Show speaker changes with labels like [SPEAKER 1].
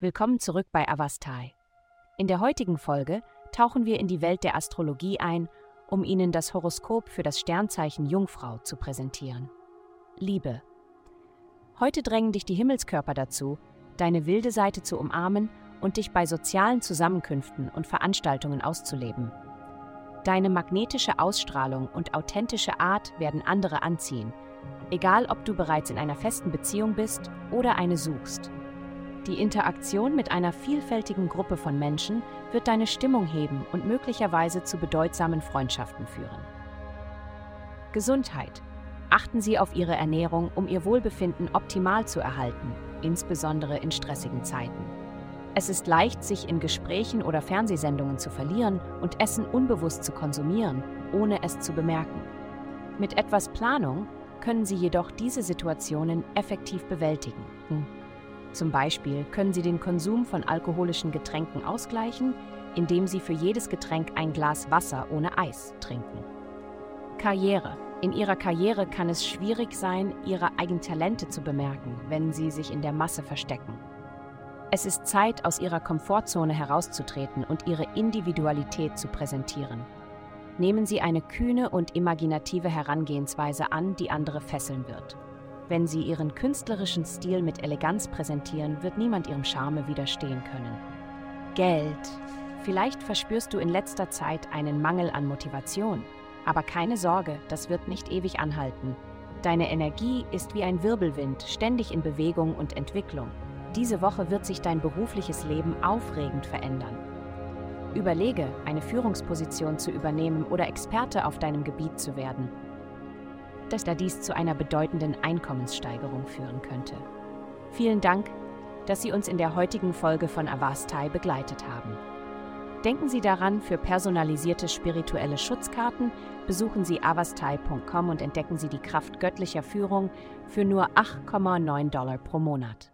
[SPEAKER 1] Willkommen zurück bei Avastai. In der heutigen Folge tauchen wir in die Welt der Astrologie ein, um Ihnen das Horoskop für das Sternzeichen Jungfrau zu präsentieren. Liebe. Heute drängen dich die Himmelskörper dazu, deine wilde Seite zu umarmen und dich bei sozialen Zusammenkünften und Veranstaltungen auszuleben. Deine magnetische Ausstrahlung und authentische Art werden andere anziehen, egal ob du bereits in einer festen Beziehung bist oder eine suchst. Die Interaktion mit einer vielfältigen Gruppe von Menschen wird deine Stimmung heben und möglicherweise zu bedeutsamen Freundschaften führen. Gesundheit. Achten Sie auf Ihre Ernährung, um Ihr Wohlbefinden optimal zu erhalten, insbesondere in stressigen Zeiten. Es ist leicht, sich in Gesprächen oder Fernsehsendungen zu verlieren und Essen unbewusst zu konsumieren, ohne es zu bemerken. Mit etwas Planung können Sie jedoch diese Situationen effektiv bewältigen. Zum Beispiel können Sie den Konsum von alkoholischen Getränken ausgleichen, indem Sie für jedes Getränk ein Glas Wasser ohne Eis trinken. Karriere. In Ihrer Karriere kann es schwierig sein, Ihre eigenen Talente zu bemerken, wenn Sie sich in der Masse verstecken. Es ist Zeit, aus Ihrer Komfortzone herauszutreten und Ihre Individualität zu präsentieren. Nehmen Sie eine kühne und imaginative Herangehensweise an, die andere fesseln wird. Wenn Sie Ihren künstlerischen Stil mit Eleganz präsentieren, wird niemand Ihrem Charme widerstehen können. Geld. Vielleicht verspürst du in letzter Zeit einen Mangel an Motivation. Aber keine Sorge, das wird nicht ewig anhalten. Deine Energie ist wie ein Wirbelwind, ständig in Bewegung und Entwicklung. Diese Woche wird sich dein berufliches Leben aufregend verändern. Überlege, eine Führungsposition zu übernehmen oder Experte auf deinem Gebiet zu werden, da dies zu einer bedeutenden Einkommenssteigerung führen könnte. Vielen Dank, dass Sie uns in der heutigen Folge von Avastai begleitet haben. Denken Sie daran, für personalisierte spirituelle Schutzkarten besuchen Sie avastai.com und entdecken Sie die Kraft göttlicher Führung für nur $8,9 pro Monat.